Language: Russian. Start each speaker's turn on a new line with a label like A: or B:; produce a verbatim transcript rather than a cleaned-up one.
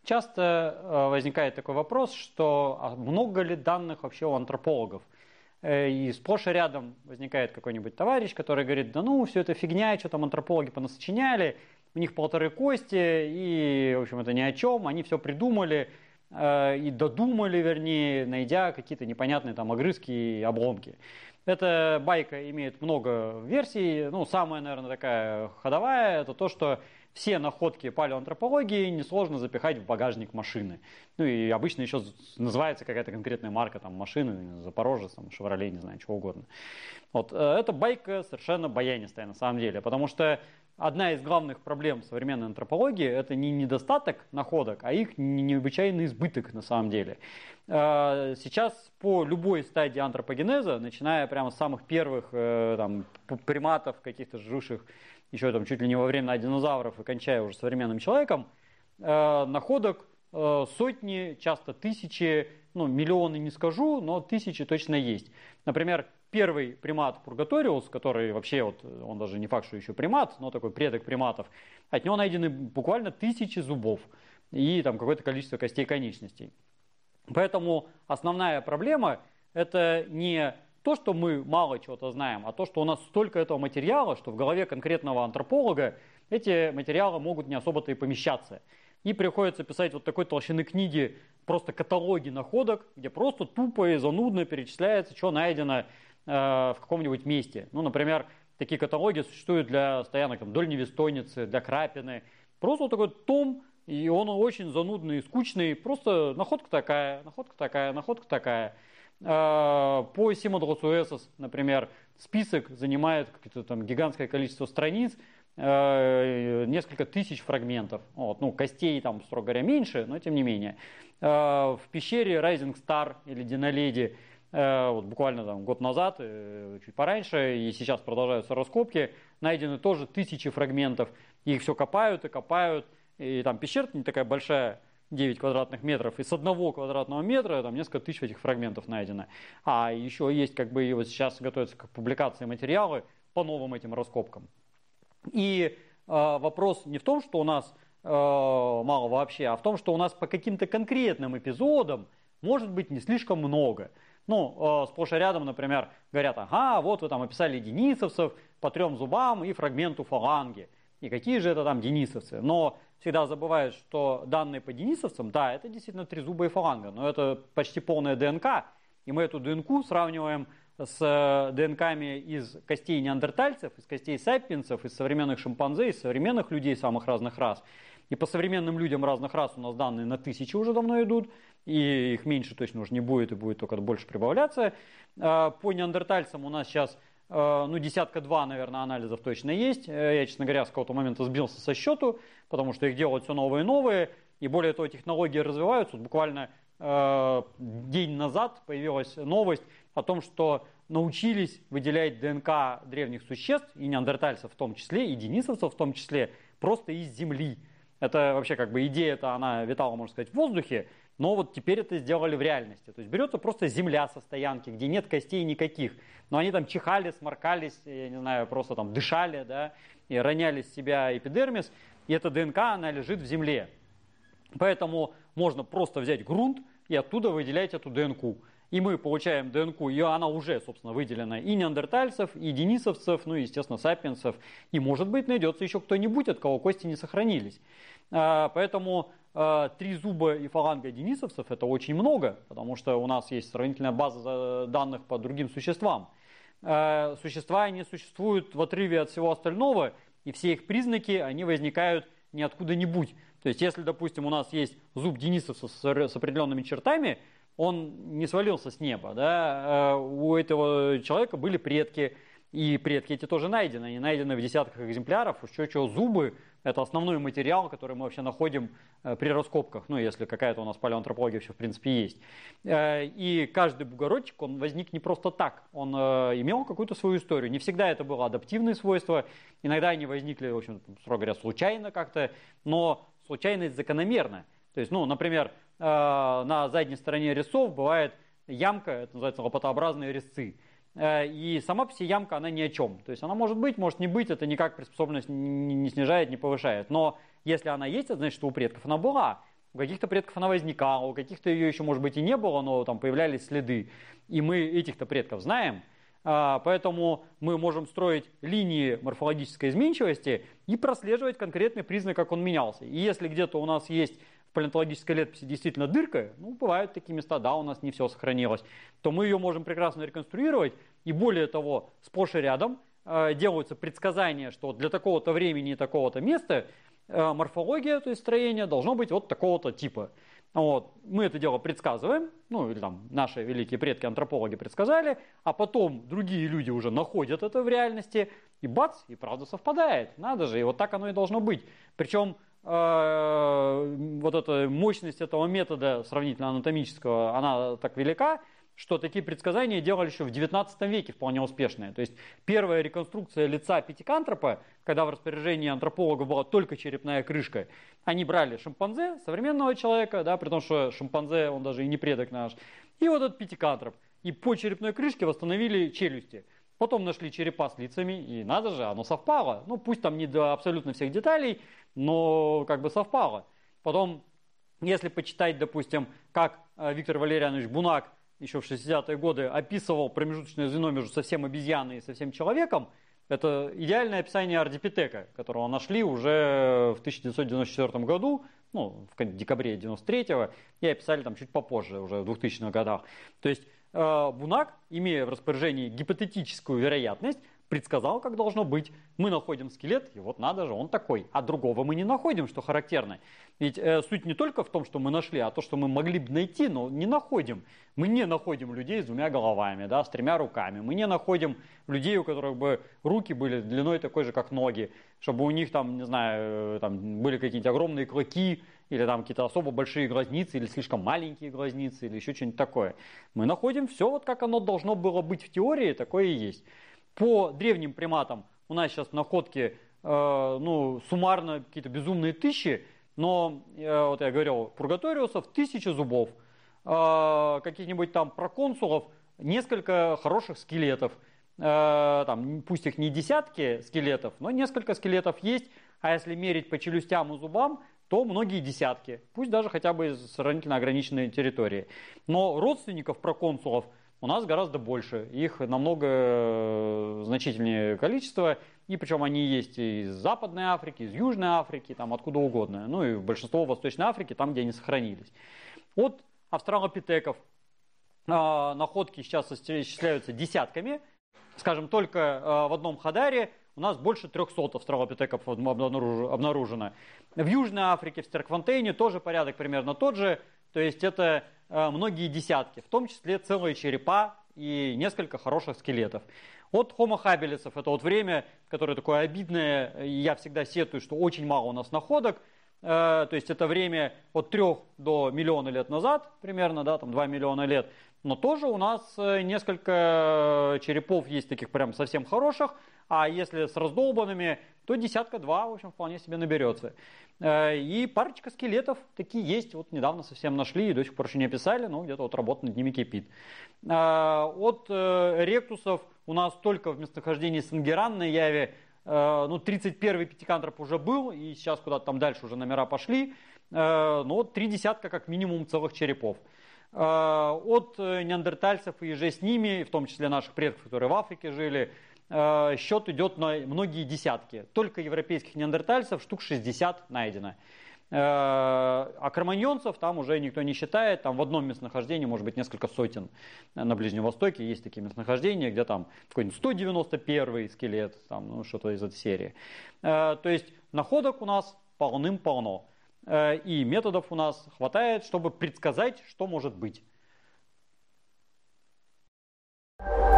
A: Часто возникает такой вопрос, что много ли данных вообще у антропологов? И сплошь и рядом возникает какой-нибудь товарищ, который говорит, да ну, все это фигня, что там антропологи понасочиняли, у них полторы кости, и, в общем, это ни о чем, они все придумали и додумали, вернее, найдя какие-то непонятные там огрызки и обломки. Эта байка имеет много версий, ну, самая, наверное, такая ходовая, это то, что все находки палеоантропологии несложно запихать в багажник машины. Ну и обычно еще называется какая-то конкретная марка там, машины, Запорожец, там, Шевроле, не знаю, чего угодно. Вот. Эта байка совершенно баянистая на самом деле, потому что одна из главных проблем современной антропологии – это не недостаток находок, а их необычайный избыток на самом деле. Сейчас по любой стадии антропогенеза, начиная прямо с самых первых там, приматов, каких-то живших еще там чуть ли не во время динозавров и кончая уже современным человеком, находок сотни, часто тысячи, ну миллионы не скажу, но тысячи точно есть. Например, первый примат Пургаториус, который вообще, вот, он даже не факт, что еще примат, но такой предок приматов, от него найдены буквально тысячи зубов и там какое-то количество костей конечностей. Поэтому основная проблема – это не то, что мы мало чего-то знаем, а то, что у нас столько этого материала, что в голове конкретного антрополога эти материалы могут не особо-то и помещаться. И приходится писать вот такой толщины книги, просто каталоги находок, где просто тупо и занудно перечисляется, что найдено э, в каком-нибудь месте. Ну, например, такие каталоги существуют для стоянок там, дольневестойницы, для крапины. Просто вот такой том, и он очень занудный и скучный, просто находка такая, находка такая, находка такая. По Симодросуэсос, например, список занимает какое-то там гигантское количество страниц, несколько тысяч фрагментов. Вот, ну, костей там, строго говоря, меньше, но тем не менее. В пещере Rising Star или Диноледи вот, буквально там, год назад, чуть пораньше, и сейчас продолжаются раскопки, найдены тоже тысячи фрагментов. Их все копают и копают. И там пещера не такая большая, девять квадратных метров, и с одного квадратного метра там несколько тысяч этих фрагментов найдено. А еще есть, как бы, и вот сейчас готовятся к публикации материалы по новым этим раскопкам. И э, вопрос не в том, что у нас э, мало вообще, а в том, что у нас по каким-то конкретным эпизодам может быть не слишком много. Ну, э, сплошь и рядом, например, говорят, ага, вот вы там описали денисовцев по трем зубам и фрагменту фаланги. И какие же это там денисовцы? Но всегда забывают, что данные по денисовцам, да, это действительно трезубая фаланга, но это почти полная ДНК. И мы эту ДНК сравниваем с ДНКами из костей неандертальцев, из костей сапиенсов, из современных шимпанзе, из современных людей самых разных рас. И по современным людям разных рас у нас данные на тысячи уже давно идут, и их меньше точно уже не будет, и будет только больше прибавляться. По неандертальцам у нас сейчас ну, десятка-два, наверное, анализов точно есть. Я, честно говоря, с какого-то момента сбился со счету, потому что их делают все новые и новые. И более того, технологии развиваются. Вот буквально э, день назад появилась новость о том, что научились выделять ДНК древних существ, и неандертальцев в том числе, и денисовцев в том числе, просто из земли. Это вообще как бы идея-то, она витала, можно сказать, в воздухе, но вот теперь это сделали в реальности. То есть берется просто земля со стоянки, где нет костей никаких, но они там чихали, сморкались, я не знаю, просто там дышали, да, и роняли с себя эпидермис, и эта ДНК, она лежит в земле. Поэтому можно просто взять грунт и оттуда выделять эту ДНК. И мы получаем ДНК, и она уже, собственно, выделена и неандертальцев, и денисовцев, ну и, естественно, сапиенсов. И, может быть, найдется еще кто-нибудь, от кого кости не сохранились. Поэтому три зуба и фаланга денисовцев – это очень много, потому что у нас есть сравнительная база данных по другим существам. Существа, они существуют в отрыве от всего остального, и все их признаки, они возникают не откуда-нибудь. То есть, если, допустим, у нас есть зуб денисовца с определенными чертами, он не свалился с неба, да? У этого человека были предки, и предки эти тоже найдены. Они найдены в десятках экземпляров. Еще чего, зубы – это основной материал, который мы вообще находим при раскопках, ну, если какая-то у нас палеоантропология вообще в принципе есть. И каждый бугородчик, он возник не просто так, он имел какую-то свою историю. Не всегда это было адаптивные свойства, иногда они возникли, в общем, строго говоря, случайно как-то, но случайность закономерна. То есть, ну, например, на задней стороне резцов бывает ямка, это называется лопатообразные резцы. И сама по себе ямка, она ни о чем. То есть она может быть, может не быть, это никак приспособленность не снижает, не повышает. Но если она есть, это значит, что у предков она была. у каких-то предков она возникала, у каких-то ее еще, может быть, и не было, но там появлялись следы. И мы этих-то предков знаем. Поэтому мы можем строить линии морфологической изменчивости и прослеживать конкретный признак, как он менялся. И если где-то у нас есть в палеонтологической летописи действительно дырка, ну, бывают такие места, да, у нас не все сохранилось, то мы ее можем прекрасно реконструировать. И более того, сплошь и рядом э, делаются предсказания, что для такого-то времени и такого-то места э, морфология, то есть строение, должно быть вот такого-то типа. Вот. Мы это дело предсказываем, ну или там наши великие предки-антропологи предсказали, а потом другие люди уже находят это в реальности, и бац, и правда совпадает. Надо же, и вот так оно и должно быть. Причем э, вот эта мощность этого метода сравнительно анатомического, она так велика, что такие предсказания делали еще в девятнадцатом веке вполне успешные. То есть первая реконструкция лица пятикантропа, когда в распоряжении антропологов была только черепная крышка, они брали шимпанзе, современного человека, да, при том, что шимпанзе, он даже и не предок наш, и вот этот пятикантроп. И по черепной крышке восстановили челюсти. Потом нашли черепа с лицами, и надо же, оно совпало. Ну, пусть там не до абсолютно всех деталей, но как бы совпало. Потом, если почитать, допустим, как Виктор Валерьянович Бунак еще в шестидесятые годы описывал промежуточное звено между совсем обезьяной и совсем человеком, это идеальное описание ардипитека, которого нашли уже в тысяча девятьсот девяносто четвёртом году, ну, в декабре девяносто третьего, и описали там чуть попозже, уже в двухтысячных годах. То есть э, Бунак, имея в распоряжении гипотетическую вероятность, предсказал, как должно быть. Мы находим скелет, и вот надо же, он такой. А другого мы не находим, что характерно. Ведь э, суть не только в том, что мы нашли, а то, что мы могли бы найти, но не находим. Мы не находим людей с двумя головами, да, с тремя руками. Мы не находим людей, у которых бы руки были длиной такой же, как ноги. Чтобы у них там, не знаю, там были какие-то огромные клыки, или там какие-то особо большие глазницы, или слишком маленькие глазницы, или еще что-нибудь такое. Мы находим все, вот как оно должно было быть в теории, такое и есть. По древним приматам у нас сейчас находки, э, ну, суммарно какие-то безумные тысячи, но, э, вот я говорил, пургаториусов тысячи зубов, э, каких-нибудь там проконсулов несколько хороших скелетов, э, там, пусть их не десятки скелетов, но несколько скелетов есть, а если мерить по челюстям и зубам, то многие десятки, пусть даже хотя бы из сравнительно ограниченной территории. Но родственников проконсулов у нас гораздо больше, их намного значительнее количество, и причем они есть и из Западной Африки, из Южной Африки, там откуда угодно, ну и большинство в Восточной Африке, там, где они сохранились. От австралопитеков э, находки сейчас исчисляются десятками, скажем, только э, в одном Хадаре у нас больше трехсот австралопитеков обнаружено. В Южной Африке, в Стеркфонтейне тоже порядок примерно тот же, то есть это многие десятки, в том числе целые черепа и несколько хороших скелетов. От Homo habilis, это вот время, которое такое обидное, и я всегда сетую, что очень мало у нас находок, то есть это время от трёх до миллиона лет назад, примерно, да, там два миллиона лет, но тоже у нас несколько черепов есть таких прям совсем хороших, а если с раздолбанными, то десятка-два, в общем, вполне себе наберется. И парочка скелетов такие есть, вот недавно совсем нашли и до сих пор еще не описали, но где-то вот работа над ними кипит. От ректусов у нас только в местонахождении Сангеран на Яве, ну, тридцать первый пятикантроп уже был, и сейчас куда-то там дальше уже номера пошли, но вот три десятка как минимум целых черепов. От неандертальцев и же с ними, в том числе наших предков, которые в Африке жили, счет идет на многие десятки. Только европейских неандертальцев штук шестьдесят найдено. А кроманьонцев там уже никто не считает. Там в одном местонахождении может быть несколько сотен. На Ближнем Востоке есть такие местонахождения, где там какой-нибудь сто девяносто первый скелет, там, ну, что-то из этой серии. То есть находок у нас полным-полно. И методов у нас хватает, чтобы предсказать, что может быть.